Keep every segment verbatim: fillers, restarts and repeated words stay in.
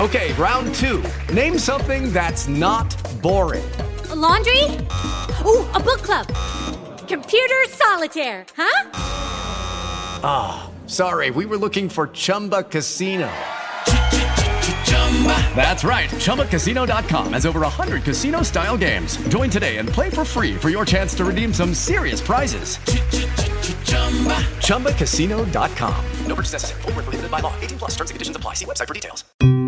Okay, round two. Name something that's not boring. A laundry? Ooh, a book club. Computer solitaire, huh? Ah, oh, sorry, we were looking for Chumba Casino. That's right, Chumba Casino dot com has over one hundred casino-style games. Join today and play for free for your chance to redeem some serious prizes. Chumba Casino dot com. No purchase necessary. Void where prohibited by law. eighteen plus terms and conditions apply. See website for details.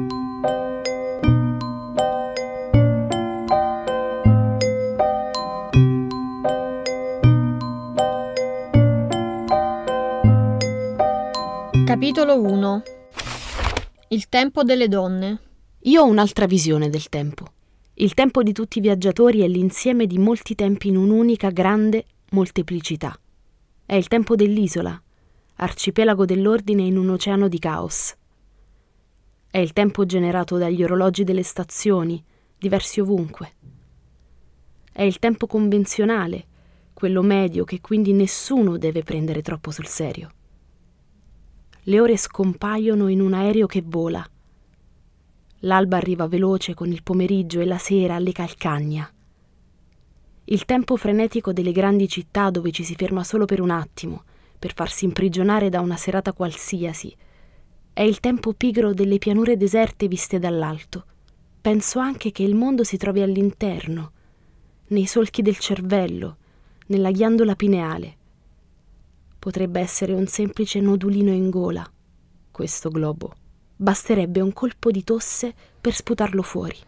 Capitolo uno. Il tempo delle donne. Io ho un'altra visione del tempo. Il tempo di tutti i viaggiatori è l'insieme di molti tempi in un'unica grande molteplicità. È il tempo dell'isola, arcipelago dell'ordine in un oceano di caos. È il tempo generato dagli orologi delle stazioni, diversi ovunque. È il tempo convenzionale, quello medio che quindi nessuno deve prendere troppo sul serio. Le ore scompaiono in un aereo che vola. L'alba arriva veloce con il pomeriggio e la sera alle calcagna. Il tempo frenetico delle grandi città dove ci si ferma solo per un attimo, per farsi imprigionare da una serata qualsiasi. È il tempo pigro delle pianure deserte viste dall'alto. Penso anche che il mondo si trovi all'interno, nei solchi del cervello, nella ghiandola pineale. Potrebbe essere un semplice nodulino in gola, questo globo. Basterebbe un colpo di tosse per sputarlo fuori.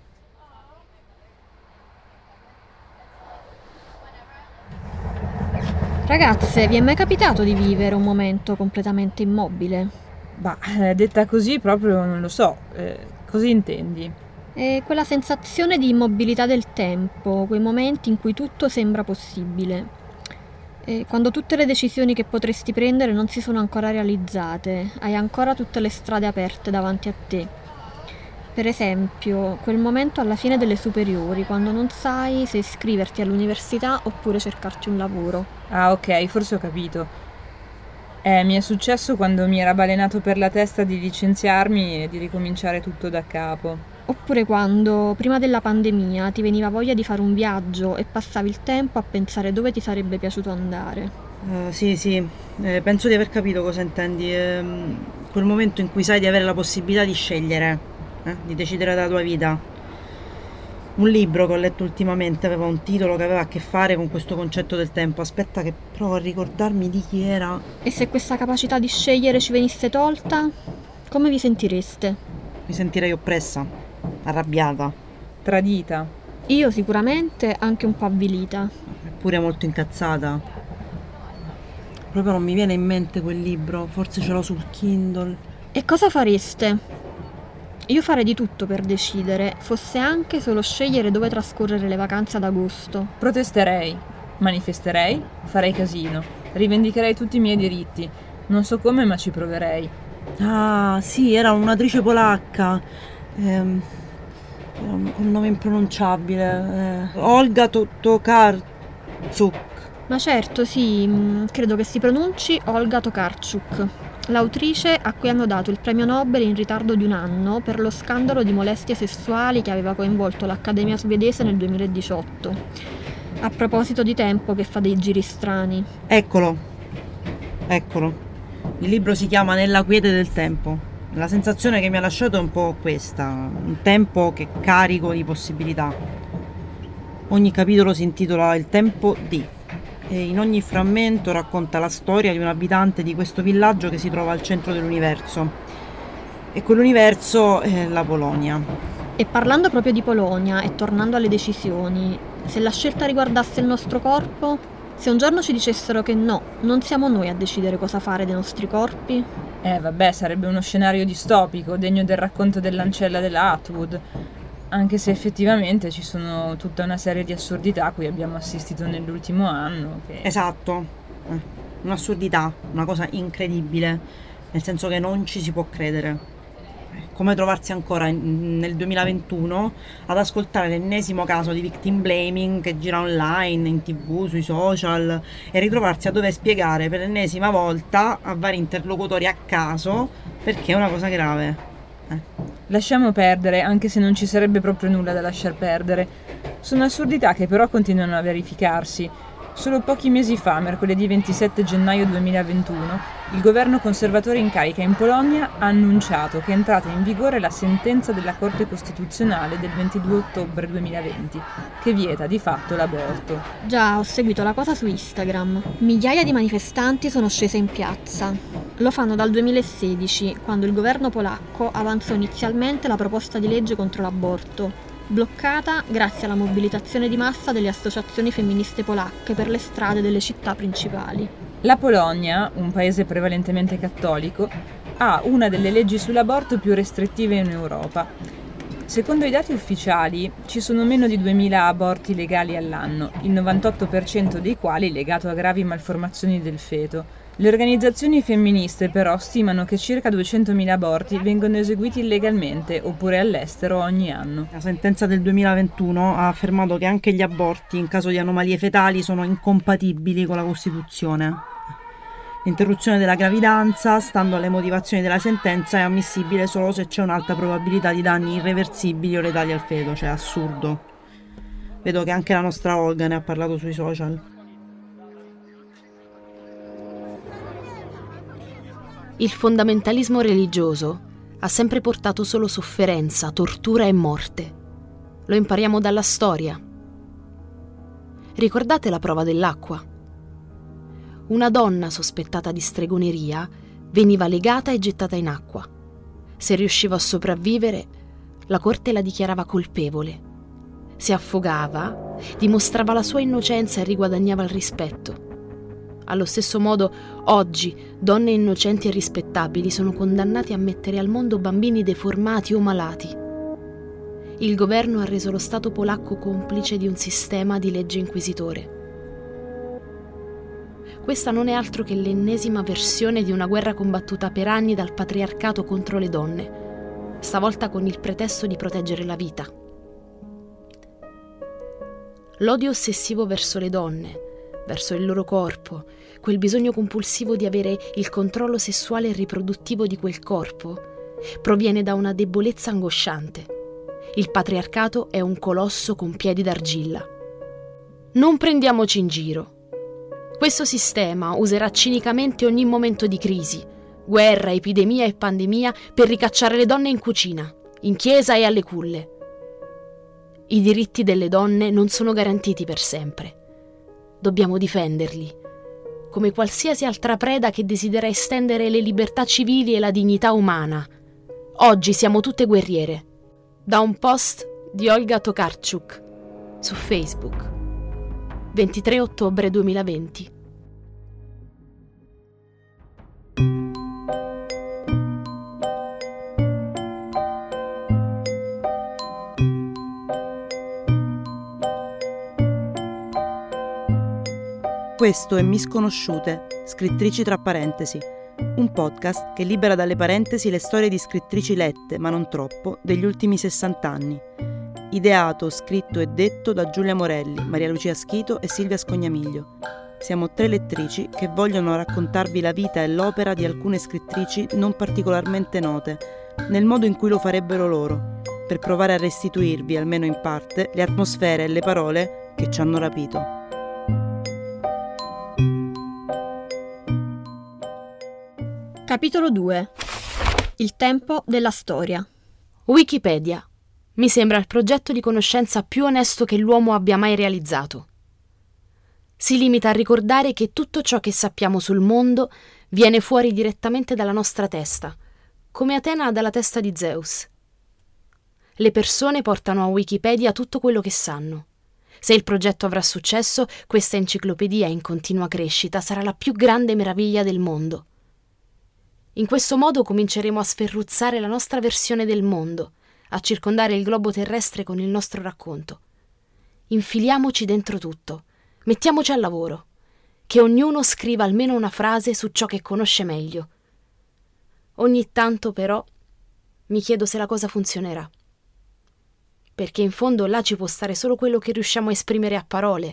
Ragazze, vi è mai capitato di vivere un momento completamente immobile? Bah, eh, detta così proprio non lo so. Eh, cosa intendi? È quella sensazione di immobilità del tempo, quei momenti in cui tutto sembra possibile. E quando tutte le decisioni che potresti prendere non si sono ancora realizzate, hai ancora tutte le strade aperte davanti a te. Per esempio, quel momento alla fine delle superiori, quando non sai se iscriverti all'università oppure cercarti un lavoro. Ah, ok, forse ho capito. Eh, mi è successo quando mi era balenato per la testa di licenziarmi e di ricominciare tutto da capo. Oppure quando, prima della pandemia, ti veniva voglia di fare un viaggio e passavi il tempo a pensare dove ti sarebbe piaciuto andare. Uh, sì, sì, eh, penso di aver capito cosa intendi. Eh, quel momento in cui sai di avere la possibilità di scegliere, eh, di decidere della tua vita. Un libro che ho letto ultimamente aveva un titolo che aveva a che fare con questo concetto del tempo. Aspetta che provo a ricordarmi di chi era. E se questa capacità di scegliere ci venisse tolta, come vi sentireste? Mi sentirei oppressa, arrabbiata, tradita. Io sicuramente anche un po' avvilita. Eppure molto incazzata. Proprio non mi viene in mente quel libro, forse ce l'ho sul Kindle. E cosa fareste? Io farei di tutto per decidere, fosse anche solo scegliere dove trascorrere le vacanze ad agosto. Protesterei, manifesterei, farei casino, rivendicherei tutti i miei diritti. Non so come, ma ci proverei. Ah, sì, era un'attrice polacca. Ehm, un nome impronunciabile. Eh, Olga Tokarczuk. Ma certo, sì, credo che si pronunci Olga Tokarczuk. L'autrice a cui hanno dato il premio Nobel in ritardo di un anno per lo scandalo di molestie sessuali che aveva coinvolto l'Accademia svedese nel duemiladiciotto. A proposito di tempo che fa dei giri strani. Eccolo, eccolo. Il libro si chiama Nella quiete del tempo. La sensazione che mi ha lasciato è un po' questa, un tempo che è carico di possibilità. Ogni capitolo si intitola Il tempo di. E in ogni frammento racconta la storia di un abitante di questo villaggio che si trova al centro dell'universo. E quell'universo è la Polonia. E parlando proprio di Polonia e tornando alle decisioni, se la scelta riguardasse il nostro corpo, se un giorno ci dicessero che no, non siamo noi a decidere cosa fare dei nostri corpi? Eh vabbè, sarebbe uno scenario distopico, degno del racconto dell'ancella della Atwood. Anche se effettivamente ci sono tutta una serie di assurdità a cui abbiamo assistito nell'ultimo anno. Che... Esatto, eh, un'assurdità, una cosa incredibile, nel senso che non ci si può credere. Come trovarsi ancora in, nel duemilaventuno ad ascoltare l'ennesimo caso di victim blaming che gira online, in tv, sui social, e ritrovarsi a dover spiegare per l'ennesima volta a vari interlocutori a caso perché è una cosa grave. Eh. Lasciamo perdere, anche se non ci sarebbe proprio nulla da lasciar perdere. Sono assurdità che però continuano a verificarsi. Solo pochi mesi fa, mercoledì ventisette gennaio duemilaventuno, il governo conservatore in carica in Polonia ha annunciato che è entrata in vigore la sentenza della Corte Costituzionale del ventidue ottobre duemilaventi, che vieta di fatto l'aborto. Già, ho seguito la cosa su Instagram. Migliaia di manifestanti sono scese in piazza. Lo fanno dal duemilasedici, quando il governo polacco avanzò inizialmente la proposta di legge contro l'aborto, bloccata grazie alla mobilitazione di massa delle associazioni femministe polacche per le strade delle città principali. La Polonia, un paese prevalentemente cattolico, ha una delle leggi sull'aborto più restrittive in Europa. Secondo i dati ufficiali, ci sono meno di duemila aborti legali all'anno, il novantotto per cento dei quali legato a gravi malformazioni del feto. Le organizzazioni femministe però stimano che circa duecentomila aborti vengono eseguiti illegalmente oppure all'estero ogni anno. La sentenza del duemilaventuno ha affermato che anche gli aborti in caso di anomalie fetali sono incompatibili con la Costituzione. L'interruzione della gravidanza, stando alle motivazioni della sentenza, è ammissibile solo se c'è un'alta probabilità di danni irreversibili o letali al feto, cioè assurdo. Vedo che anche la nostra Olga ne ha parlato sui social. Il fondamentalismo religioso ha sempre portato solo sofferenza, tortura e morte. Lo impariamo dalla storia. Ricordate la prova dell'acqua? Una donna sospettata di stregoneria veniva legata e gettata in acqua. Se riusciva a sopravvivere, la corte la dichiarava colpevole. Se affogava, dimostrava la sua innocenza e riguadagnava il rispetto. Allo stesso modo, oggi, donne innocenti e rispettabili sono condannate a mettere al mondo bambini deformati o malati. Il governo ha reso lo Stato polacco complice di un sistema di legge inquisitore. Questa non è altro che l'ennesima versione di una guerra combattuta per anni dal patriarcato contro le donne, stavolta con il pretesto di proteggere la vita. L'odio ossessivo verso le donne, verso il loro corpo, quel bisogno compulsivo di avere il controllo sessuale e riproduttivo di quel corpo, proviene da una debolezza angosciante. Il patriarcato è un colosso con piedi d'argilla. Non prendiamoci in giro. Questo sistema userà cinicamente ogni momento di crisi, guerra, epidemia e pandemia per ricacciare le donne in cucina, in chiesa e alle culle. I diritti delle donne non sono garantiti per sempre. Dobbiamo difenderli, come qualsiasi altra preda che desidera estendere le libertà civili e la dignità umana. Oggi siamo tutte guerriere. Da un post di Olga Tokarczuk su Facebook, ventitré ottobre duemilaventi. Questo è Misconosciute, scrittrici tra parentesi, un podcast che libera dalle parentesi le storie di scrittrici lette, ma non troppo, degli ultimi sessanta anni. Ideato, scritto e detto da Giulia Morelli, Maria Lucia Schito e Silvia Scognamiglio. Siamo tre lettrici che vogliono raccontarvi la vita e l'opera di alcune scrittrici non particolarmente note, nel modo in cui lo farebbero loro, per provare a restituirvi, almeno in parte, le atmosfere e le parole che ci hanno rapito. Capitolo due. Il tempo della storia. Wikipedia. Mi sembra il progetto di conoscenza più onesto che l'uomo abbia mai realizzato. Si limita a ricordare che tutto ciò che sappiamo sul mondo viene fuori direttamente dalla nostra testa, come Atena dalla testa di Zeus. Le persone portano a Wikipedia tutto quello che sanno. Se il progetto avrà successo, questa enciclopedia in continua crescita sarà la più grande meraviglia del mondo. In questo modo cominceremo a sferruzzare la nostra versione del mondo, a circondare il globo terrestre con il nostro racconto. Infiliamoci dentro tutto, mettiamoci al lavoro, che ognuno scriva almeno una frase su ciò che conosce meglio. Ogni tanto, però, mi chiedo se la cosa funzionerà. Perché in fondo là ci può stare solo quello che riusciamo a esprimere a parole.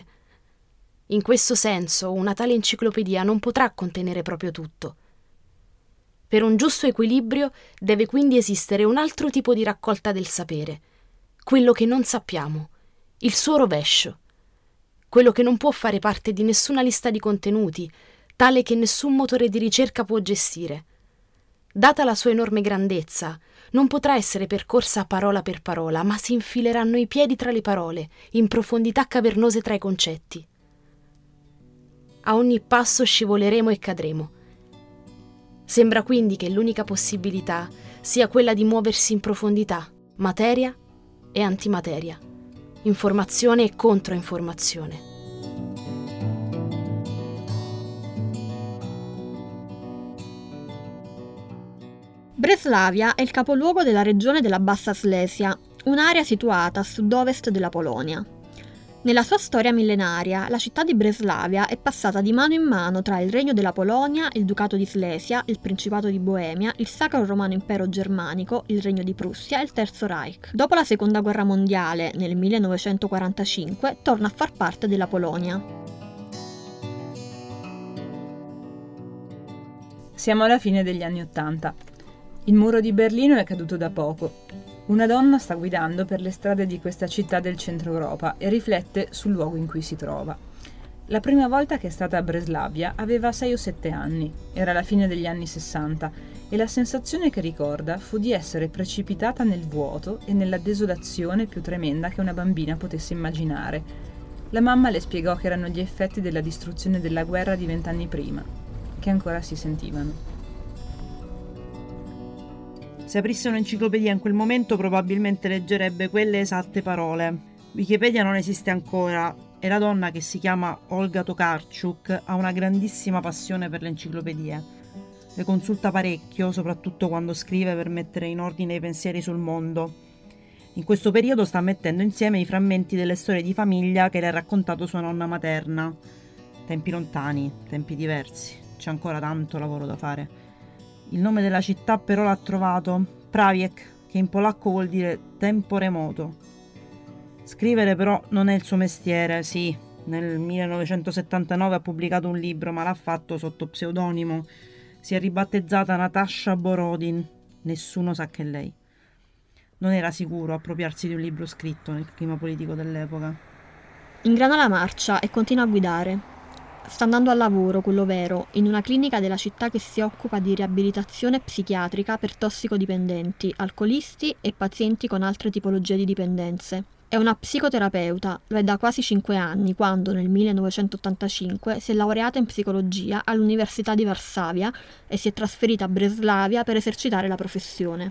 In questo senso, una tale enciclopedia non potrà contenere proprio tutto. Per un giusto equilibrio deve quindi esistere un altro tipo di raccolta del sapere, quello che non sappiamo, il suo rovescio, quello che non può fare parte di nessuna lista di contenuti, tale che nessun motore di ricerca può gestire. Data la sua enorme grandezza, non potrà essere percorsa parola per parola, ma si infileranno i piedi tra le parole, in profondità cavernose tra i concetti. A ogni passo scivoleremo e cadremo. Sembra quindi che l'unica possibilità sia quella di muoversi in profondità, materia e antimateria, informazione e controinformazione. Breslavia è il capoluogo della regione della Bassa Slesia, un'area situata a sud-ovest della Polonia. Nella sua storia millenaria, la città di Breslavia è passata di mano in mano tra il Regno della Polonia, il Ducato di Slesia, il Principato di Boemia, il Sacro Romano Impero Germanico, il Regno di Prussia e il Terzo Reich. Dopo la Seconda Guerra Mondiale, nel millenovecentoquarantacinque, torna a far parte della Polonia. Siamo alla fine degli anni Ottanta. Il muro di Berlino è caduto da poco. Una donna sta guidando per le strade di questa città del centro Europa e riflette sul luogo in cui si trova. La prima volta che è stata a Breslavia aveva sei o sette anni, era la fine degli anni sessanta, e la sensazione che ricorda fu di essere precipitata nel vuoto e nella desolazione più tremenda che una bambina potesse immaginare. La mamma le spiegò che erano gli effetti della distruzione della guerra di vent'anni prima, che ancora si sentivano. Se aprisse un'enciclopedia in quel momento probabilmente leggerebbe quelle esatte parole. Wikipedia non esiste ancora e la donna, che si chiama Olga Tokarczuk, ha una grandissima passione per le enciclopedie. Le consulta parecchio, soprattutto quando scrive per mettere in ordine i pensieri sul mondo. In questo periodo sta mettendo insieme i frammenti delle storie di famiglia che le ha raccontato sua nonna materna. Tempi lontani, tempi diversi, c'è ancora tanto lavoro da fare. Il nome della città però l'ha trovato, Prawiek, che in polacco vuol dire tempo remoto. Scrivere però non è il suo mestiere, sì, nel millenovecentosettantanove ha pubblicato un libro, ma l'ha fatto sotto pseudonimo. Si è ribattezzata Natasha Borodin, nessuno sa che è lei. Non era sicuro appropriarsi di un libro scritto nel clima politico dell'epoca. Ingrana la marcia e continua a guidare. Sta andando al lavoro, quello vero, in una clinica della città che si occupa di riabilitazione psichiatrica per tossicodipendenti, alcolisti e pazienti con altre tipologie di dipendenze. È una psicoterapeuta, lo è da quasi cinque anni, quando nel millenovecentottantacinque si è laureata in psicologia all'Università di Varsavia e si è trasferita a Breslavia per esercitare la professione.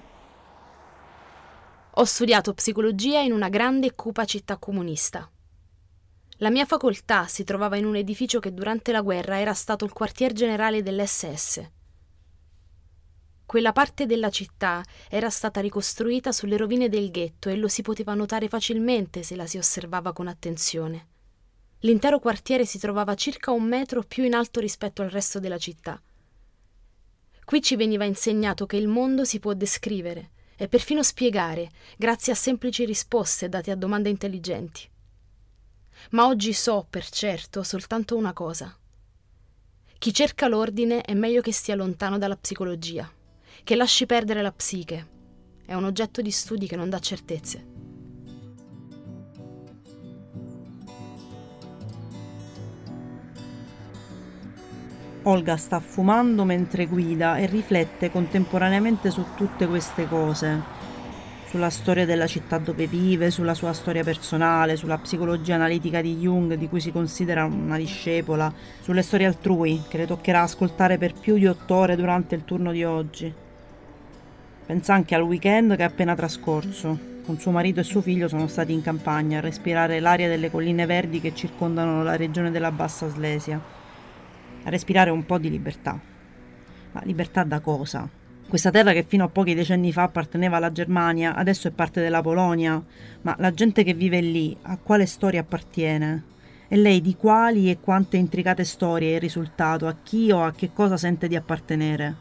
Ho studiato psicologia in una grande e cupa città comunista. La mia facoltà si trovava in un edificio che durante la guerra era stato il quartier generale dell'esse esse. Quella parte della città era stata ricostruita sulle rovine del ghetto e lo si poteva notare facilmente se la si osservava con attenzione. L'intero quartiere si trovava circa un metro più in alto rispetto al resto della città. Qui ci veniva insegnato che il mondo si può descrivere e perfino spiegare grazie a semplici risposte date a domande intelligenti. Ma oggi so, per certo, soltanto una cosa. Chi cerca l'ordine è meglio che stia lontano dalla psicologia, che lasci perdere la psiche. È un oggetto di studi che non dà certezze. Olga sta fumando mentre guida e riflette contemporaneamente su tutte queste cose. Sulla storia della città dove vive, sulla sua storia personale, sulla psicologia analitica di Jung, di cui si considera una discepola, sulle storie altrui, che le toccherà ascoltare per più di otto ore durante il turno di oggi. Pensa anche al weekend che è appena trascorso. Con suo marito e suo figlio sono stati in campagna a respirare l'aria delle colline verdi che circondano la regione della Bassa Slesia, a respirare un po' di libertà. Ma libertà da cosa? Questa terra che fino a pochi decenni fa apparteneva alla Germania, adesso è parte della Polonia, ma la gente che vive lì, a quale storia appartiene? E lei di quali e quante intricate storie è il risultato, a chi o a che cosa sente di appartenere?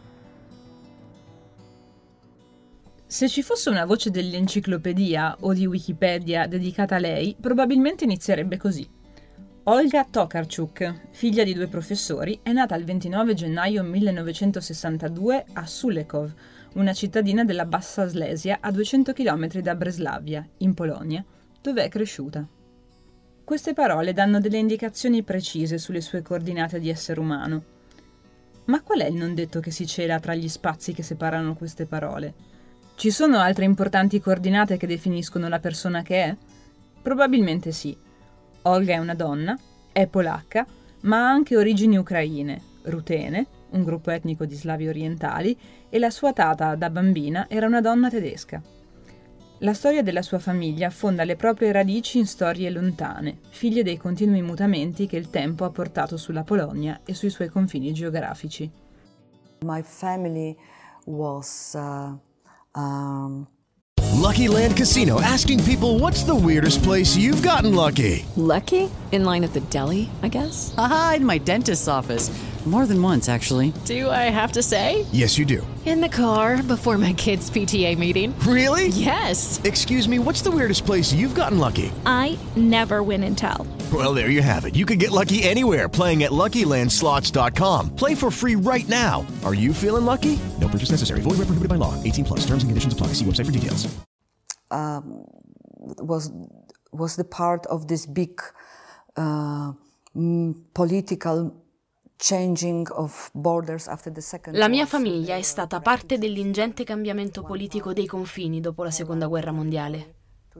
Se ci fosse una voce dell'enciclopedia o di Wikipedia dedicata a lei, probabilmente inizierebbe così. Olga Tokarczuk, figlia di due professori, è nata il ventinove gennaio millenovecentosessantadue a Sulekov, una cittadina della Bassa Slesia a duecento chilometri da Breslavia, in Polonia, dove è cresciuta. Queste parole danno delle indicazioni precise sulle sue coordinate di essere umano. Ma qual è il non detto che si cela tra gli spazi che separano queste parole? Ci sono altre importanti coordinate che definiscono la persona che è? Probabilmente sì. Olga è una donna, è polacca, ma ha anche origini ucraine, rutene, un gruppo etnico di slavi orientali, e la sua tata, da bambina, era una donna tedesca. La storia della sua famiglia affonda le proprie radici in storie lontane, figlie dei continui mutamenti che il tempo ha portato sulla Polonia e sui suoi confini geografici. My family was uh, um... Lucky Land Casino, asking people, what's the weirdest place you've gotten lucky? Lucky? In line at the deli, I guess? Aha, in my dentist's office. More than once, actually. Do I have to say? Yes, you do. In the car before my kids' P T A meeting. Really? Yes. Excuse me, what's the weirdest place you've gotten lucky? I never win and tell. Well, there you have it. You can get lucky anywhere, playing at Lucky Land Slots dot com. Play for free right now. Are you feeling lucky? No purchase necessary. Void where prohibited by law. eighteen plus. Terms and conditions apply. See website for details. Um, was was the part of this big uh, political changing of borders after the second. La mia famiglia è stata parte dell'ingente cambiamento politico dei confini dopo la Seconda Guerra Mondiale.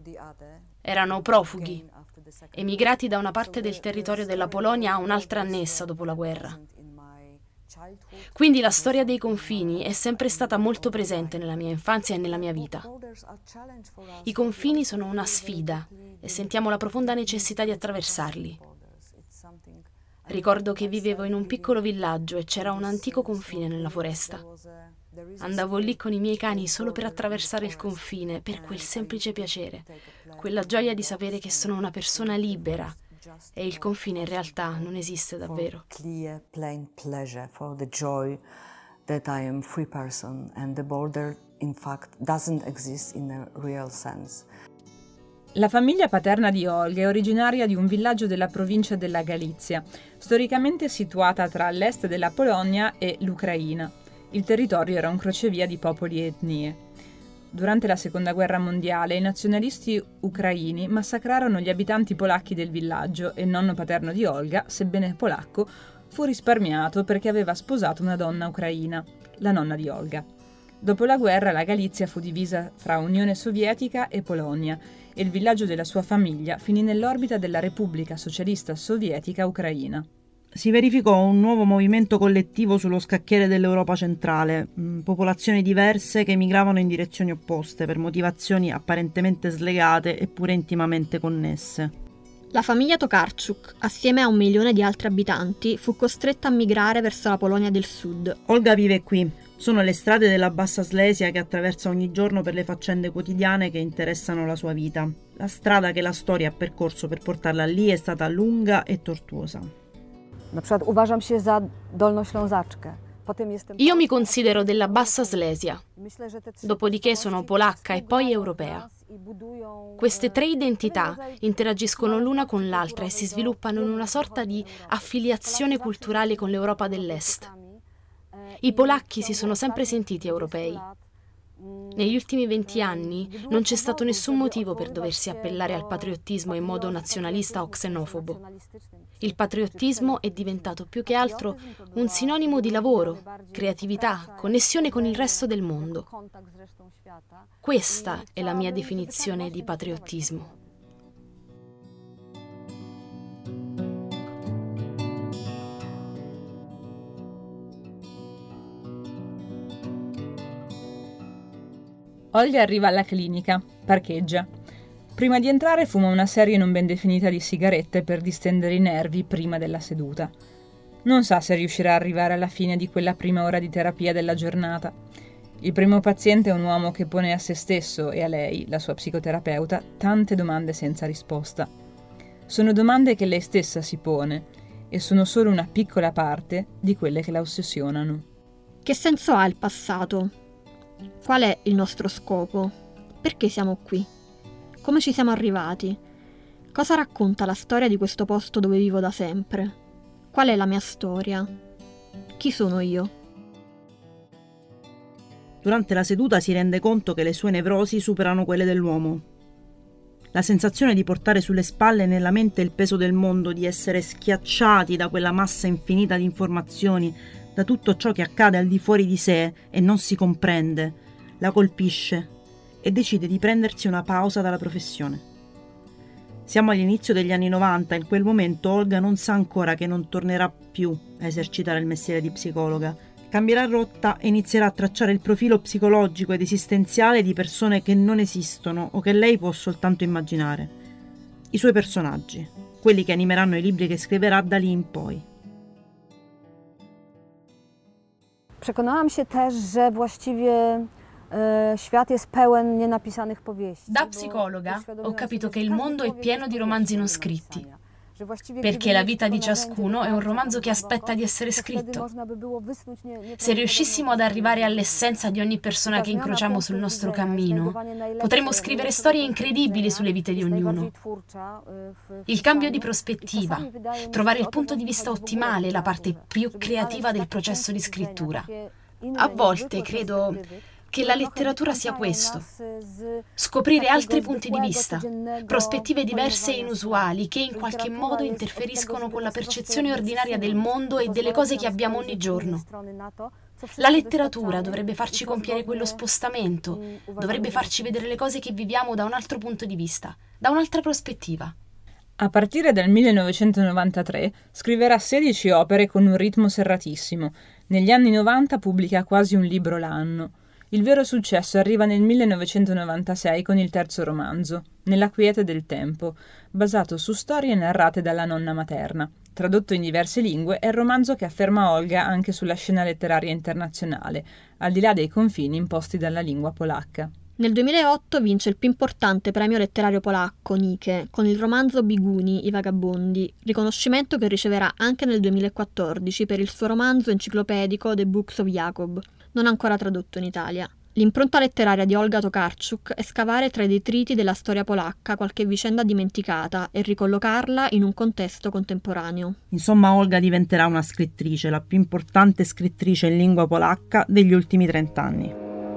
Erano profughi, emigrati da una parte del territorio della Polonia a un'altra annessa dopo la guerra. Quindi la storia dei confini è sempre stata molto presente nella mia infanzia e nella mia vita. I confini sono una sfida e sentiamo la profonda necessità di attraversarli. Ricordo che vivevo in un piccolo villaggio e c'era un antico confine nella foresta. Andavo lì con i miei cani solo per attraversare il confine, per quel semplice piacere, quella gioia di sapere che sono una persona libera e il confine in realtà non esiste davvero. Clear, plain pleasure for the joy that I am free person and the border in fact doesn't exist in a real sense. La famiglia paterna di Olga è originaria di un villaggio della provincia della Galizia, storicamente situata tra l'est della Polonia e l'Ucraina. Il territorio era un crocevia di popoli e etnie. Durante la Seconda Guerra Mondiale, i nazionalisti ucraini massacrarono gli abitanti polacchi del villaggio e il nonno paterno di Olga, sebbene polacco, fu risparmiato perché aveva sposato una donna ucraina, la nonna di Olga. Dopo la guerra la Galizia fu divisa fra Unione Sovietica e Polonia e il villaggio della sua famiglia finì nell'orbita della Repubblica Socialista Sovietica Ucraina. Si verificò un nuovo movimento collettivo sullo scacchiere dell'Europa centrale, mh, popolazioni diverse che emigravano in direzioni opposte per motivazioni apparentemente slegate eppure intimamente connesse. La famiglia Tokarczuk, assieme a un milione di altri abitanti, fu costretta a migrare verso la Polonia del Sud. Olga vive qui. Sono le strade della Bassa Slesia che attraversa ogni giorno per le faccende quotidiane che interessano la sua vita. La strada che la storia ha percorso per portarla lì è stata lunga e tortuosa. Io mi considero della Bassa Slesia, dopodiché sono polacca e poi europea. Queste tre identità interagiscono l'una con l'altra e si sviluppano in una sorta di affiliazione culturale con l'Europa dell'Est. I polacchi si sono sempre sentiti europei. Negli ultimi venti anni non c'è stato nessun motivo per doversi appellare al patriottismo in modo nazionalista o xenofobo. Il patriottismo è diventato più che altro un sinonimo di lavoro, creatività, connessione con il resto del mondo. Questa è la mia definizione di patriottismo. Olga arriva alla clinica, parcheggia. Prima di entrare fuma una serie non ben definita di sigarette per distendere i nervi prima della seduta. Non sa se riuscirà a arrivare alla fine di quella prima ora di terapia della giornata. Il primo paziente è un uomo che pone a se stesso e a lei, la sua psicoterapeuta, tante domande senza risposta. Sono domande che lei stessa si pone e sono solo una piccola parte di quelle che la ossessionano. Che senso ha il passato? Qual è il nostro scopo? Perché siamo qui? Come ci siamo arrivati? Cosa racconta la storia di questo posto dove vivo da sempre? Qual è la mia storia? Chi sono io? Durante la seduta si rende conto che le sue nevrosi superano quelle dell'uomo. La sensazione di portare sulle spalle e nella mente il peso del mondo, di essere schiacciati da quella massa infinita di informazioni, da tutto ciò che accade al di fuori di sé e non si comprende, la colpisce e decide di prendersi una pausa dalla professione. Siamo all'inizio degli anni novanta e in quel momento Olga non sa ancora che non tornerà più a esercitare il mestiere di psicologa. Cambierà rotta e inizierà a tracciare il profilo psicologico ed esistenziale di persone che non esistono o che lei può soltanto immaginare. I suoi personaggi, quelli che animeranno i libri che scriverà da lì in poi. Przekonałam się też, że właściwie świat jest pełen nienapisanych powieści. Da psicologa ho capito che il mondo è pieno di romanzi non scritti, perché la vita di ciascuno è un romanzo che aspetta di essere scritto. Se riuscissimo ad arrivare all'essenza di ogni persona che incrociamo sul nostro cammino, potremmo scrivere storie incredibili sulle vite di ognuno. Il cambio di prospettiva, trovare il punto di vista ottimale è la parte più creativa del processo di scrittura. A volte credo che la letteratura sia questo: scoprire altri punti di vista, prospettive diverse e inusuali che in qualche modo interferiscono con la percezione ordinaria del mondo e delle cose che abbiamo ogni giorno. La letteratura dovrebbe farci compiere quello spostamento, dovrebbe farci vedere le cose che viviamo da un altro punto di vista, da un'altra prospettiva. A partire dal millenovecentonovantatré scriverà sedici opere con un ritmo serratissimo. Negli anni novanta pubblica quasi un libro l'anno. Il vero successo arriva nel millenovecentonovantasei con il terzo romanzo, Nella quiete del tempo, basato su storie narrate dalla nonna materna. Tradotto in diverse lingue, è il romanzo che afferma Olga anche sulla scena letteraria internazionale, al di là dei confini imposti dalla lingua polacca. Nel duemilaotto vince il più importante premio letterario polacco, Nike, con il romanzo Biguni, I vagabondi, riconoscimento che riceverà anche nel duemilaquattordici per il suo romanzo enciclopedico The Books of Jacob, non ancora tradotto in Italia. L'impronta letteraria di Olga Tokarczuk è scavare tra i detriti della storia polacca qualche vicenda dimenticata e ricollocarla in un contesto contemporaneo. Insomma, Olga diventerà una scrittrice, la più importante scrittrice in lingua polacca degli ultimi trent'anni.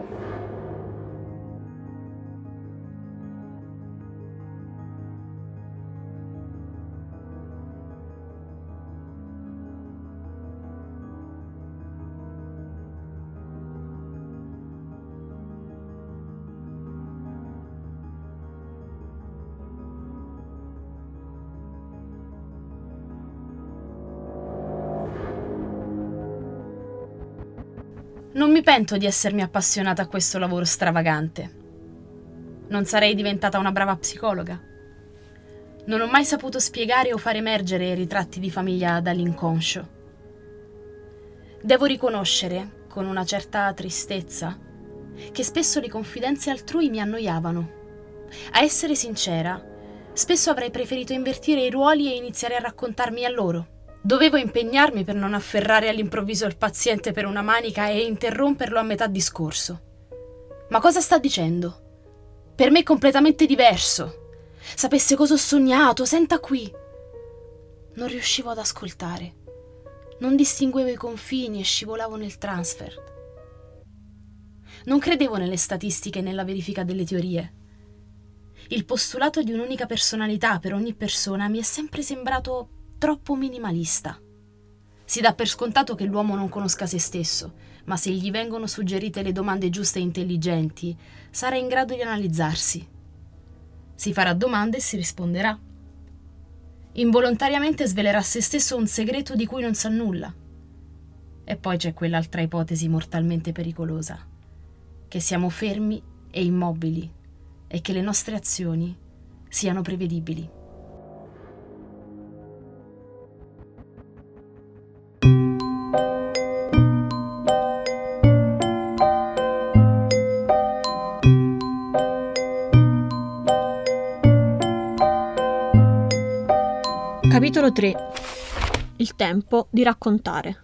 Non mi pento di essermi appassionata a questo lavoro stravagante. Non sarei diventata una brava psicologa. Non ho mai saputo spiegare o far emergere i ritratti di famiglia dall'inconscio. Devo riconoscere, con una certa tristezza, che spesso le confidenze altrui mi annoiavano. A essere sincera, spesso avrei preferito invertire i ruoli e iniziare a raccontarmi a loro. Dovevo impegnarmi per non afferrare all'improvviso il paziente per una manica e interromperlo a metà discorso. Ma cosa sta dicendo? Per me è completamente diverso. Sapesse cosa ho sognato, senta qui. Non riuscivo ad ascoltare. Non distinguevo i confini e scivolavo nel transfer. Non credevo nelle statistiche e nella verifica delle teorie. Il postulato di un'unica personalità per ogni persona mi è sempre sembrato troppo minimalista. Si dà per scontato che l'uomo non conosca se stesso, ma se gli vengono suggerite le domande giuste e intelligenti, sarà in grado di analizzarsi. Si farà domande e si risponderà. Involontariamente svelerà a se stesso un segreto di cui non sa nulla. E poi c'è quell'altra ipotesi mortalmente pericolosa, che siamo fermi e immobili e che le nostre azioni siano prevedibili. Capitolo tre. Il tempo di raccontare.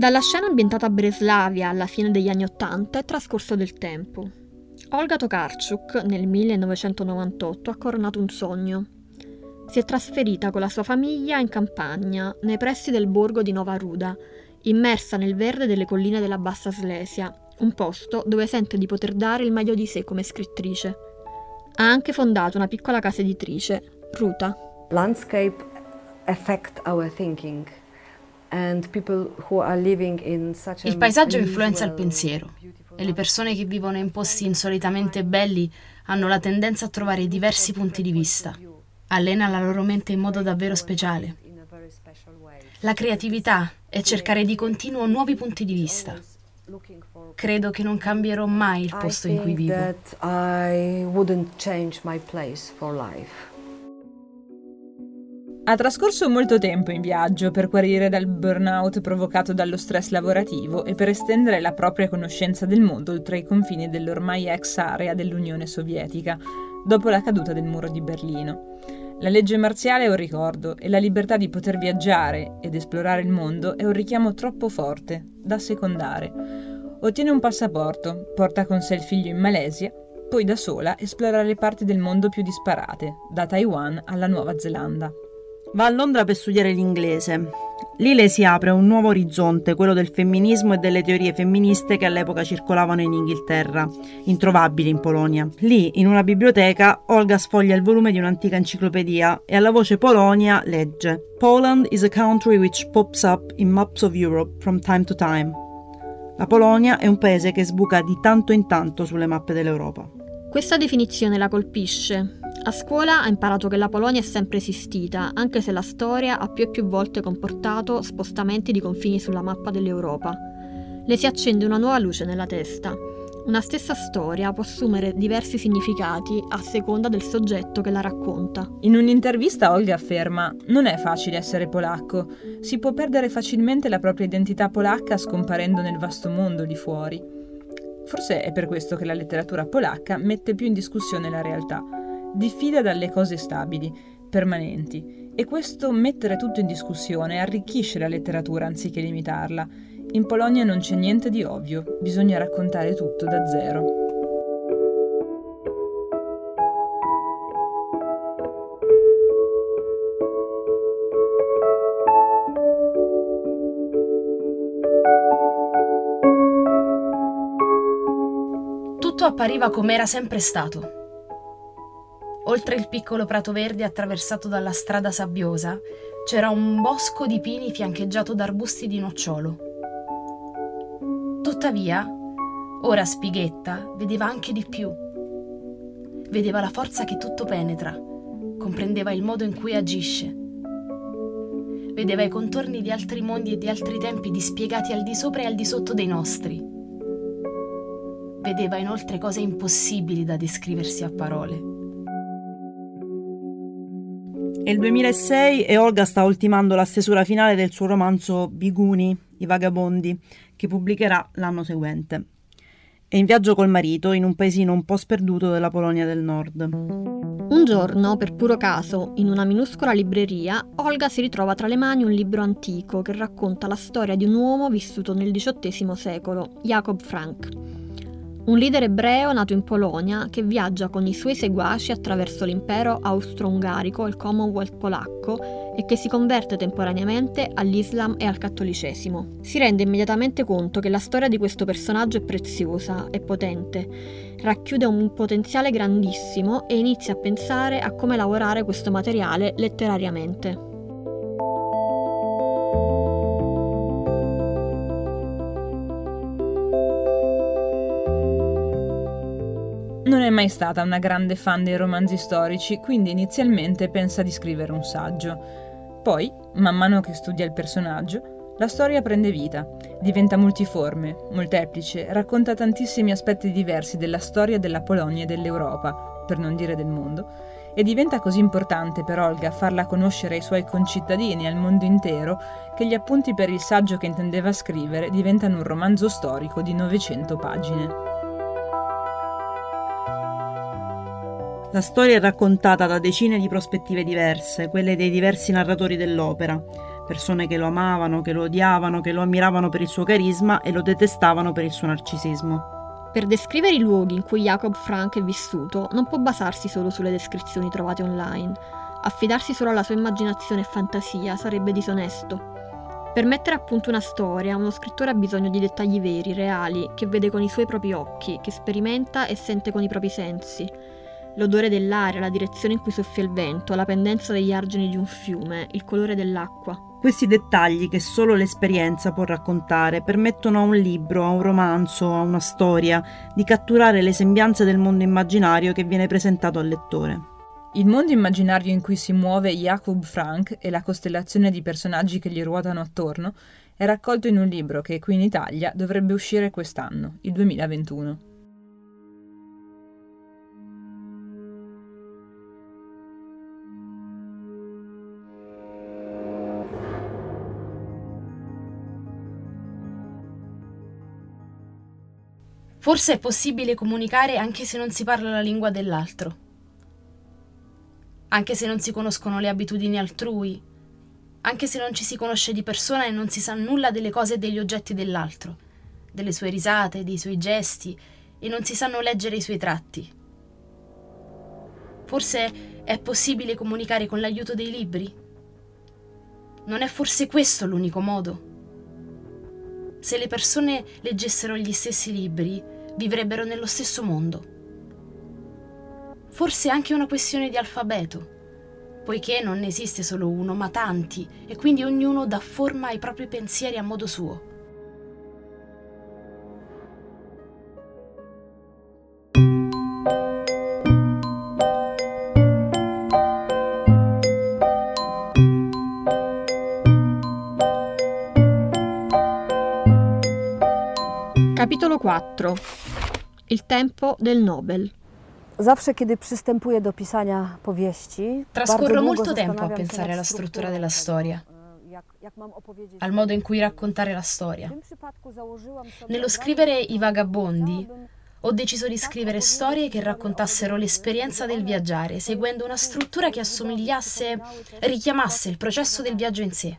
Dalla scena ambientata a Breslavia alla fine degli anni Ottanta è trascorso del tempo. Olga Tokarczuk nel millenovecentonovantotto ha coronato un sogno. Si è trasferita con la sua famiglia in campagna, nei pressi del borgo di Nova Ruda, immersa nel verde delle colline della Bassa Slesia, un posto dove sente di poter dare il meglio di sé come scrittrice. Ha anche fondato una piccola casa editrice, Ruta. Landscape affect our thinking. And people who are living in such a Il paesaggio influenza il pensiero e le persone che vivono in posti insolitamente belli hanno la tendenza a trovare diversi punti di vista. Allena la loro mente in modo davvero speciale. La creatività è cercare di continuo nuovi punti di vista. Credo che non cambierò mai il posto in cui vivo. I wouldn't change my place for life. Ha trascorso molto tempo in viaggio per guarire dal burnout provocato dallo stress lavorativo e per estendere la propria conoscenza del mondo oltre i confini dell'ormai ex area dell'Unione Sovietica, dopo la caduta del muro di Berlino. La legge marziale è un ricordo e la libertà di poter viaggiare ed esplorare il mondo è un richiamo troppo forte da secondare. Ottiene un passaporto, porta con sé il figlio in Malesia, poi da sola esplora le parti del mondo più disparate, da Taiwan alla Nuova Zelanda. Va a Londra per studiare l'inglese. Lì le si apre un nuovo orizzonte, quello del femminismo e delle teorie femministe che all'epoca circolavano in Inghilterra, introvabili in Polonia. Lì, in una biblioteca, Olga sfoglia il volume di un'antica enciclopedia e alla voce Polonia legge: Poland is a country which pops up in maps of Europe from time to time. La Polonia è un paese che sbuca di tanto in tanto sulle mappe dell'Europa. Questa definizione la colpisce. A scuola ha imparato che la Polonia è sempre esistita, anche se la storia ha più e più volte comportato spostamenti di confini sulla mappa dell'Europa. Le si accende una nuova luce nella testa. Una stessa storia può assumere diversi significati a seconda del soggetto che la racconta. In un'intervista Olga afferma: non è facile essere polacco, si può perdere facilmente la propria identità polacca scomparendo nel vasto mondo lì fuori. Forse è per questo che la letteratura polacca mette più in discussione la realtà. Diffida dalle cose stabili, permanenti, e questo mettere tutto in discussione arricchisce la letteratura anziché limitarla. In Polonia non c'è niente di ovvio, bisogna raccontare tutto da zero. Tutto appariva come era sempre stato. Oltre il piccolo prato verde attraversato dalla strada sabbiosa, c'era un bosco di pini fiancheggiato da arbusti di nocciolo. Tuttavia, ora Spighetta vedeva anche di più. Vedeva la forza che tutto penetra, comprendeva il modo in cui agisce. Vedeva i contorni di altri mondi e di altri tempi dispiegati al di sopra e al di sotto dei nostri. Vedeva inoltre cose impossibili da descriversi a parole. È il duemilasei e Olga sta ultimando la stesura finale del suo romanzo Biguni, I vagabondi, che pubblicherà l'anno seguente. È in viaggio col marito in un paesino un po' sperduto della Polonia del Nord. Un giorno, per puro caso, in una minuscola libreria, Olga si ritrova tra le mani un libro antico che racconta la storia di un uomo vissuto nel diciottesimo secolo, Jakob Frank. Un leader ebreo nato in Polonia che viaggia con i suoi seguaci attraverso l'impero austro-ungarico e il Commonwealth polacco e che si converte temporaneamente all'Islam e al cattolicesimo. Si rende immediatamente conto che la storia di questo personaggio è preziosa e potente, racchiude un potenziale grandissimo e inizia a pensare a come lavorare questo materiale letterariamente. Non è mai stata una grande fan dei romanzi storici, quindi inizialmente pensa di scrivere un saggio. Poi, man mano che studia il personaggio, la storia prende vita, diventa multiforme, molteplice, racconta tantissimi aspetti diversi della storia della Polonia e dell'Europa, per non dire del mondo, e diventa così importante per Olga farla conoscere ai suoi concittadini e al mondo intero che gli appunti per il saggio che intendeva scrivere diventano un romanzo storico di novecento pagine. La storia è raccontata da decine di prospettive diverse, quelle dei diversi narratori dell'opera, persone che lo amavano, che lo odiavano, che lo ammiravano per il suo carisma e lo detestavano per il suo narcisismo. Per descrivere i luoghi in cui Jakob Frank è vissuto non può basarsi solo sulle descrizioni trovate online. Affidarsi solo alla sua immaginazione e fantasia sarebbe disonesto. Per mettere a punto una storia, uno scrittore ha bisogno di dettagli veri, reali, che vede con i suoi propri occhi, che sperimenta e sente con i propri sensi. L'odore dell'aria, la direzione in cui soffia il vento, la pendenza degli argini di un fiume, il colore dell'acqua. Questi dettagli che solo l'esperienza può raccontare permettono a un libro, a un romanzo, a una storia di catturare le sembianze del mondo immaginario che viene presentato al lettore. Il mondo immaginario in cui si muove Jakob Frank e la costellazione di personaggi che gli ruotano attorno è raccolto in un libro che qui in Italia dovrebbe uscire quest'anno, il duemilaventuno. Forse è possibile comunicare anche se non si parla la lingua dell'altro, anche se non si conoscono le abitudini altrui, anche se non ci si conosce di persona e non si sa nulla delle cose e degli oggetti dell'altro, delle sue risate, dei suoi gesti, e non si sanno leggere i suoi tratti. Forse è possibile comunicare con l'aiuto dei libri? Non è forse questo l'unico modo? Se le persone leggessero gli stessi libri, vivrebbero nello stesso mondo. Forse è anche una questione di alfabeto, poiché non ne esiste solo uno, ma tanti, e quindi ognuno dà forma ai propri pensieri a modo suo. Capitolo quattro. Il tempo del Nobel. Zawsze, kiedy przystępuję do pisania powieści, Trascorro molto tempo a pensare alla struttura della storia, al modo in cui raccontare la storia. Nello scrivere I Vagabondi, ho deciso di scrivere storie che raccontassero l'esperienza del viaggiare, seguendo una struttura che assomigliasse, richiamasse il processo del viaggio in sé.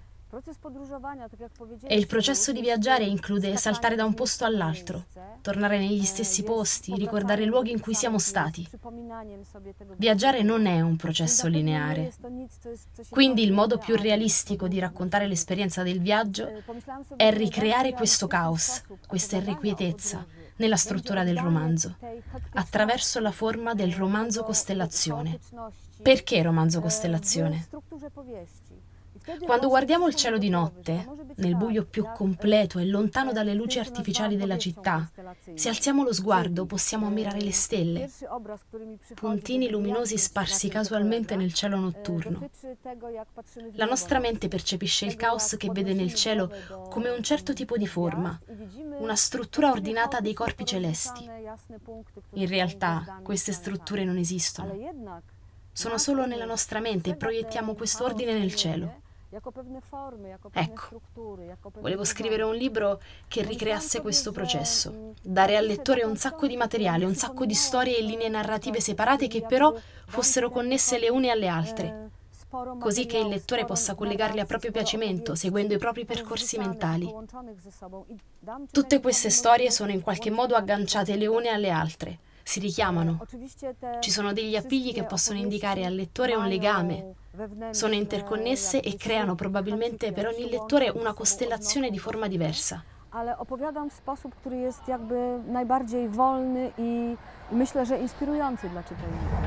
E il processo di viaggiare include saltare da un posto all'altro, tornare negli stessi posti, ricordare i luoghi in cui siamo stati. Viaggiare non è un processo lineare. Quindi il modo più realistico di raccontare l'esperienza del viaggio è ricreare questo caos, questa irrequietezza, nella struttura del romanzo, attraverso la forma del romanzo costellazione. Perché romanzo costellazione? Quando guardiamo il cielo di notte, nel buio più completo e lontano dalle luci artificiali della città, se alziamo lo sguardo possiamo ammirare le stelle, puntini luminosi sparsi casualmente nel cielo notturno. La nostra mente percepisce il caos che vede nel cielo come un certo tipo di forma, una struttura ordinata dei corpi celesti. In realtà, queste strutture non esistono. Sono solo nella nostra mente e proiettiamo questo ordine nel cielo. Ecco, volevo scrivere un libro che ricreasse questo processo, dare al lettore un sacco di materiale, un sacco di storie e linee narrative separate che però fossero connesse le une alle altre, così che il lettore possa collegarle a proprio piacimento, seguendo i propri percorsi mentali. Tutte queste storie sono in qualche modo agganciate le une alle altre, si richiamano. Ci sono degli appigli che possono indicare al lettore un legame, sono interconnesse e creano probabilmente per ogni lettore una costellazione di forma diversa. Ale opowiadam w sposób, który jest jakby najbardziej wolny i myślę, że inspirujący dla czytelnika.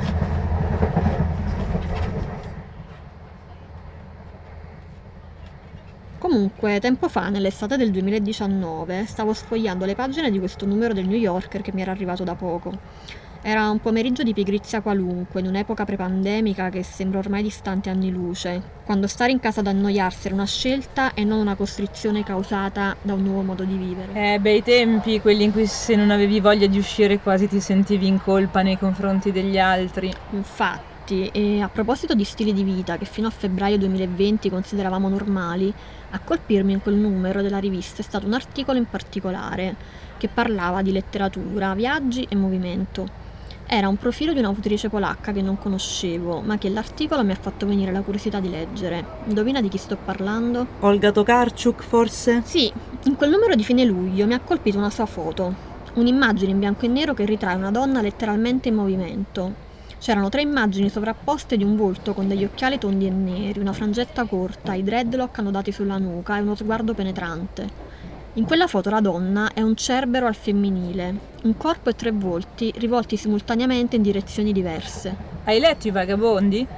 Comunque, tempo fa, nell'estate del duemiladiciannove, stavo sfogliando le pagine di questo numero del New Yorker che mi era arrivato da poco. Era un pomeriggio di pigrizia qualunque, in un'epoca prepandemica che sembra ormai distante anni luce, quando stare in casa ad annoiarsi era una scelta e non una costrizione causata da un nuovo modo di vivere. Eh, bei tempi, quelli in cui se non avevi voglia di uscire quasi ti sentivi in colpa nei confronti degli altri. Infatti, e a proposito di stili di vita che fino a febbraio duemilaventi consideravamo normali, a colpirmi in quel numero della rivista è stato un articolo in particolare che parlava di letteratura, viaggi e movimento. Era un profilo di un'autrice polacca che non conoscevo, ma che l'articolo mi ha fatto venire la curiosità di leggere. Indovina di chi sto parlando? Olga Tokarczuk, forse? Sì, in quel numero di fine luglio mi ha colpito una sua foto. Un'immagine in bianco e nero che ritrae una donna letteralmente in movimento. C'erano tre immagini sovrapposte di un volto con degli occhiali tondi e neri, una frangetta corta, i dreadlock annodati sulla nuca e uno sguardo penetrante. In quella foto la donna è un cerbero al femminile, un corpo e tre volti rivolti simultaneamente in direzioni diverse. Hai letto I Vagabondi?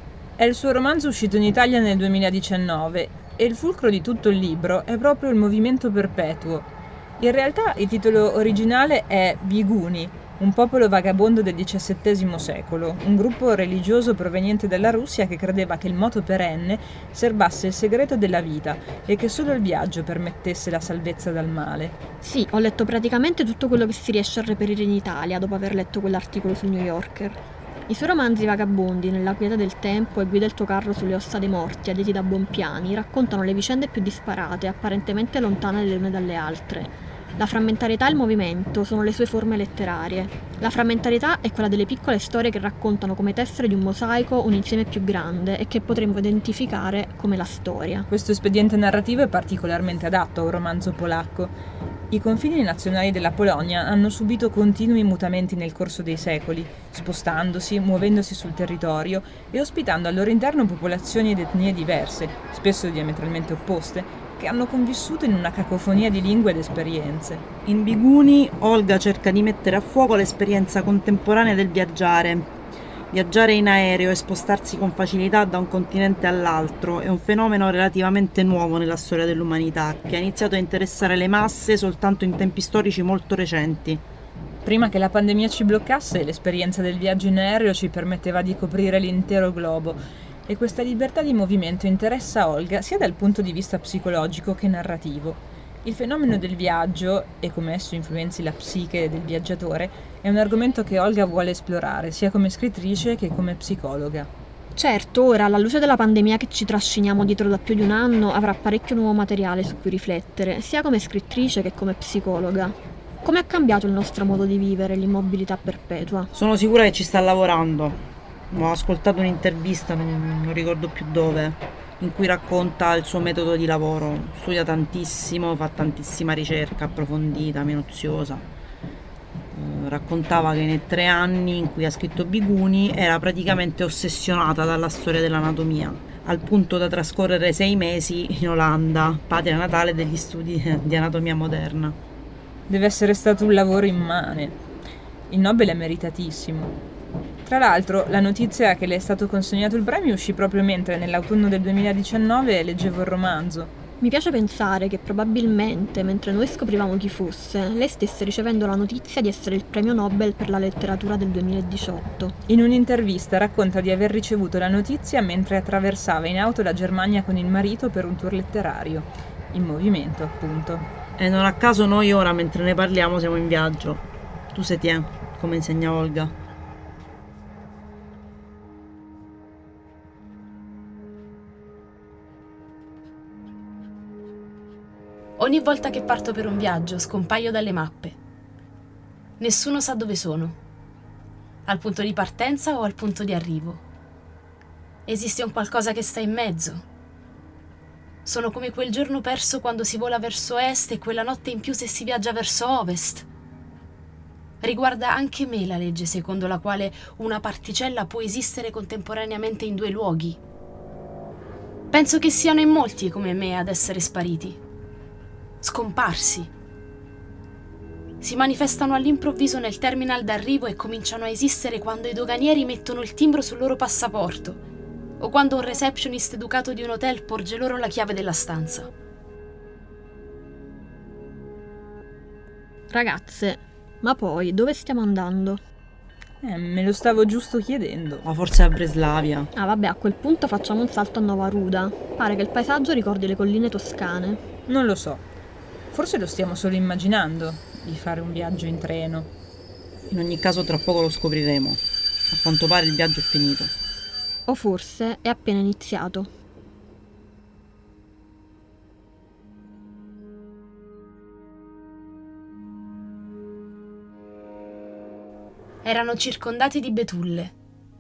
È il suo romanzo uscito in Italia nel duemiladiciannove e il fulcro di tutto il libro è proprio il movimento perpetuo. In realtà il titolo originale è Biguni, un popolo vagabondo del diciassettesimo secolo, un gruppo religioso proveniente dalla Russia che credeva che il moto perenne serbasse il segreto della vita e che solo il viaggio permettesse la salvezza dal male. Sì, ho letto praticamente tutto quello che si riesce a reperire in Italia dopo aver letto quell'articolo sul New Yorker. I suoi romanzi Vagabondi, Nella quiete del tempo e Guida il tuo carro sulle ossa dei morti, addetti da Bonpiani, raccontano le vicende più disparate, apparentemente lontane le une dalle altre. La frammentarietà e il movimento sono le sue forme letterarie. La frammentarietà è quella delle piccole storie che raccontano come tessere di un mosaico un insieme più grande e che potremmo identificare come la storia. Questo espediente narrativo è particolarmente adatto a un romanzo polacco. I confini nazionali della Polonia hanno subito continui mutamenti nel corso dei secoli, spostandosi, muovendosi sul territorio e ospitando al loro interno popolazioni ed etnie diverse, spesso diametralmente opposte, che hanno convissuto in una cacofonia di lingue ed esperienze. In Biguni, Olga cerca di mettere a fuoco l'esperienza contemporanea del viaggiare. Viaggiare in aereo e spostarsi con facilità da un continente all'altro è un fenomeno relativamente nuovo nella storia dell'umanità, che ha iniziato a interessare le masse soltanto in tempi storici molto recenti. Prima che la pandemia ci bloccasse, l'esperienza del viaggio in aereo ci permetteva di coprire l'intero globo, e questa libertà di movimento interessa Olga sia dal punto di vista psicologico che narrativo. Il fenomeno del viaggio, e come esso influenzi la psiche del viaggiatore, è un argomento che Olga vuole esplorare, sia come scrittrice che come psicologa. Certo, ora, alla luce della pandemia che ci trasciniamo dietro da più di un anno, avrà parecchio nuovo materiale su cui riflettere, sia come scrittrice che come psicologa. Come ha cambiato il nostro modo di vivere l'immobilità perpetua? Sono sicura che ci sta lavorando. Ho ascoltato un'intervista, non, non ricordo più dove, in cui racconta il suo metodo di lavoro. Studia tantissimo, fa tantissima ricerca approfondita, minuziosa. Eh, raccontava che nei tre anni in cui ha scritto Biguni era praticamente ossessionata dalla storia dell'anatomia, al punto da trascorrere sei mesi in Olanda, patria natale degli studi di anatomia moderna. Deve essere stato un lavoro immane. Il Nobel è meritatissimo. Tra l'altro, la notizia che le è stato consegnato il premio uscì proprio mentre nell'autunno del duemiladiciannove leggevo il romanzo. Mi piace pensare che probabilmente, mentre noi scoprivamo chi fosse, lei stesse ricevendo la notizia di essere il premio Nobel per la letteratura del duemiladiciotto. In un'intervista racconta di aver ricevuto la notizia mentre attraversava in auto la Germania con il marito per un tour letterario. In movimento, appunto. E non a caso noi ora, mentre ne parliamo, siamo in viaggio. Tu sei te, come insegna Olga. Ogni volta che parto per un viaggio scompaio dalle mappe. Nessuno sa dove sono, al punto di partenza o al punto di arrivo. Esiste un qualcosa che sta in mezzo. Sono come quel giorno perso quando si vola verso est e quella notte in più se si viaggia verso ovest. Riguarda anche me la legge secondo la quale una particella può esistere contemporaneamente in due luoghi. Penso che siano in molti come me ad essere spariti. Scomparsi. Si manifestano all'improvviso nel terminal d'arrivo e cominciano a esistere quando i doganieri mettono il timbro sul loro passaporto o quando un receptionist educato di un hotel porge loro la chiave della stanza. Ragazze, ma poi dove stiamo andando? Eh, me lo stavo giusto chiedendo. Ma forse a Breslavia. Ah vabbè, a quel punto facciamo un salto a Nova Ruda. Pare che il paesaggio ricordi le colline toscane. Non lo so. Forse lo stiamo solo immaginando, di fare un viaggio in treno. In ogni caso tra poco lo scopriremo. A quanto pare il viaggio è finito. O forse è appena iniziato. Erano circondati di betulle.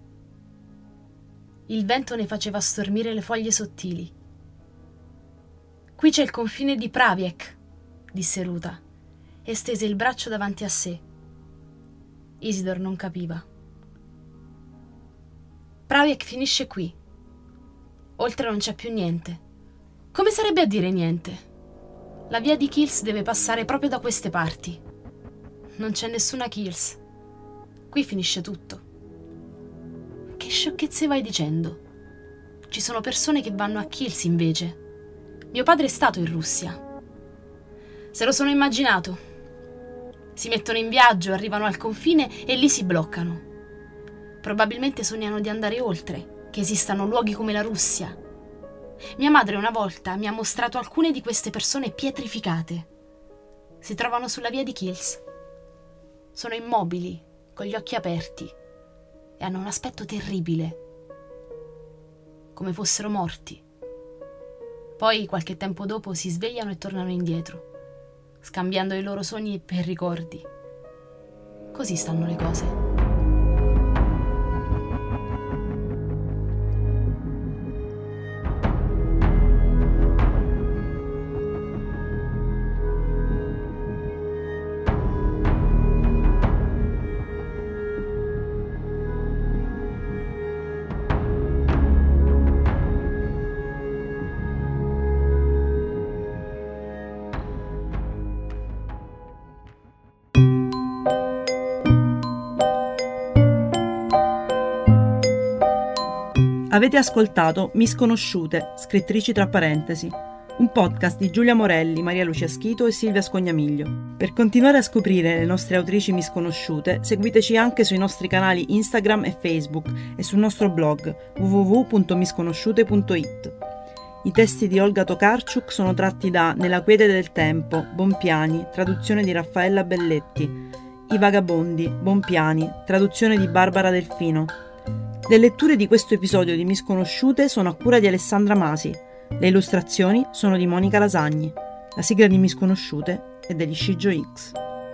Il vento ne faceva stormire le foglie sottili. Qui c'è il confine di Praviec, disse Ruta, e stese il braccio davanti a sé. Isidor non capiva. Praviec finisce qui. Oltre non c'è più niente. Come sarebbe a dire niente? La via di Kils deve passare proprio da queste parti. Non c'è nessuna Kils. Qui finisce tutto. Che sciocchezze vai dicendo? Ci sono persone che vanno a Kils invece. Mio padre è stato in Russia. Se lo sono immaginato. Si mettono in viaggio, arrivano al confine e lì si bloccano. Probabilmente sognano di andare oltre, che esistano luoghi come la Russia. Mia madre una volta mi ha mostrato alcune di queste persone pietrificate. Si trovano sulla via di Kils. Sono immobili, con gli occhi aperti, e hanno un aspetto terribile, come fossero morti. Poi, qualche tempo dopo, si svegliano e tornano indietro, scambiando i loro sogni per ricordi. Così stanno le cose. Avete ascoltato Misconosciute, scrittrici tra parentesi, un podcast di Giulia Morelli, Maria Lucia Schito e Silvia Scognamiglio. Per continuare a scoprire le nostre autrici misconosciute, seguiteci anche sui nostri canali Instagram e Facebook e sul nostro blog w w w punto misconosciute punto i t. I testi di Olga Tokarczuk sono tratti da Nella quiete del tempo, Bompiani, traduzione di Raffaella Belletti, I vagabondi, Bompiani, traduzione di Barbara Delfino. Le letture di questo episodio di Misconosciute sono a cura di Alessandra Masi. Le illustrazioni sono di Monica Lasagni. La sigla di Misconosciute è degli Scigio X.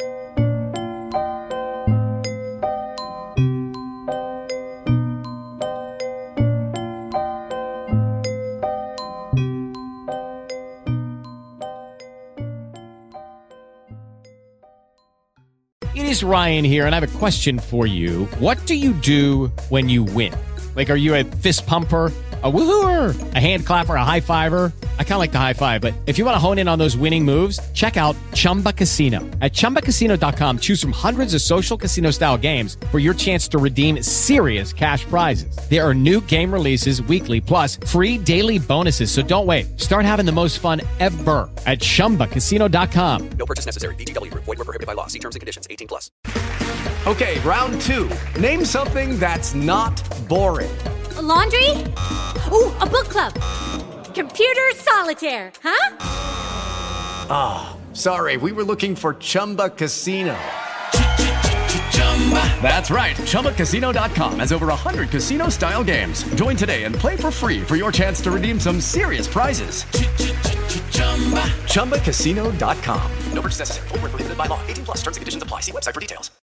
It is Ryan here, and I have a question for you. What do you do when you win? Like, are you a fist pumper, a woohooer, a hand clapper, a high fiver? I kind of like the high five, but if you want to hone in on those winning moves, check out Chumba Casino. At chumba casino dot com, choose from hundreds of social casino style games for your chance to redeem serious cash prizes. There are new game releases weekly, plus free daily bonuses. So don't wait. Start having the most fun ever at chumba casino dot com. No purchase necessary. V G W. Void where prohibited by law. See terms and conditions. eighteen plus. Okay, round two. Name something that's not boring. A laundry? Ooh, a book club. Computer solitaire, huh? Ah, oh, sorry. We were looking for Chumba Casino. That's right. Chumba Casino dot com has over one hundred casino-style games. Join today and play for free for your chance to redeem some serious prizes. Chumba Casino dot com. No purchase necessary. Void where prohibited by law. eighteen plus. Terms and conditions apply. See website for details.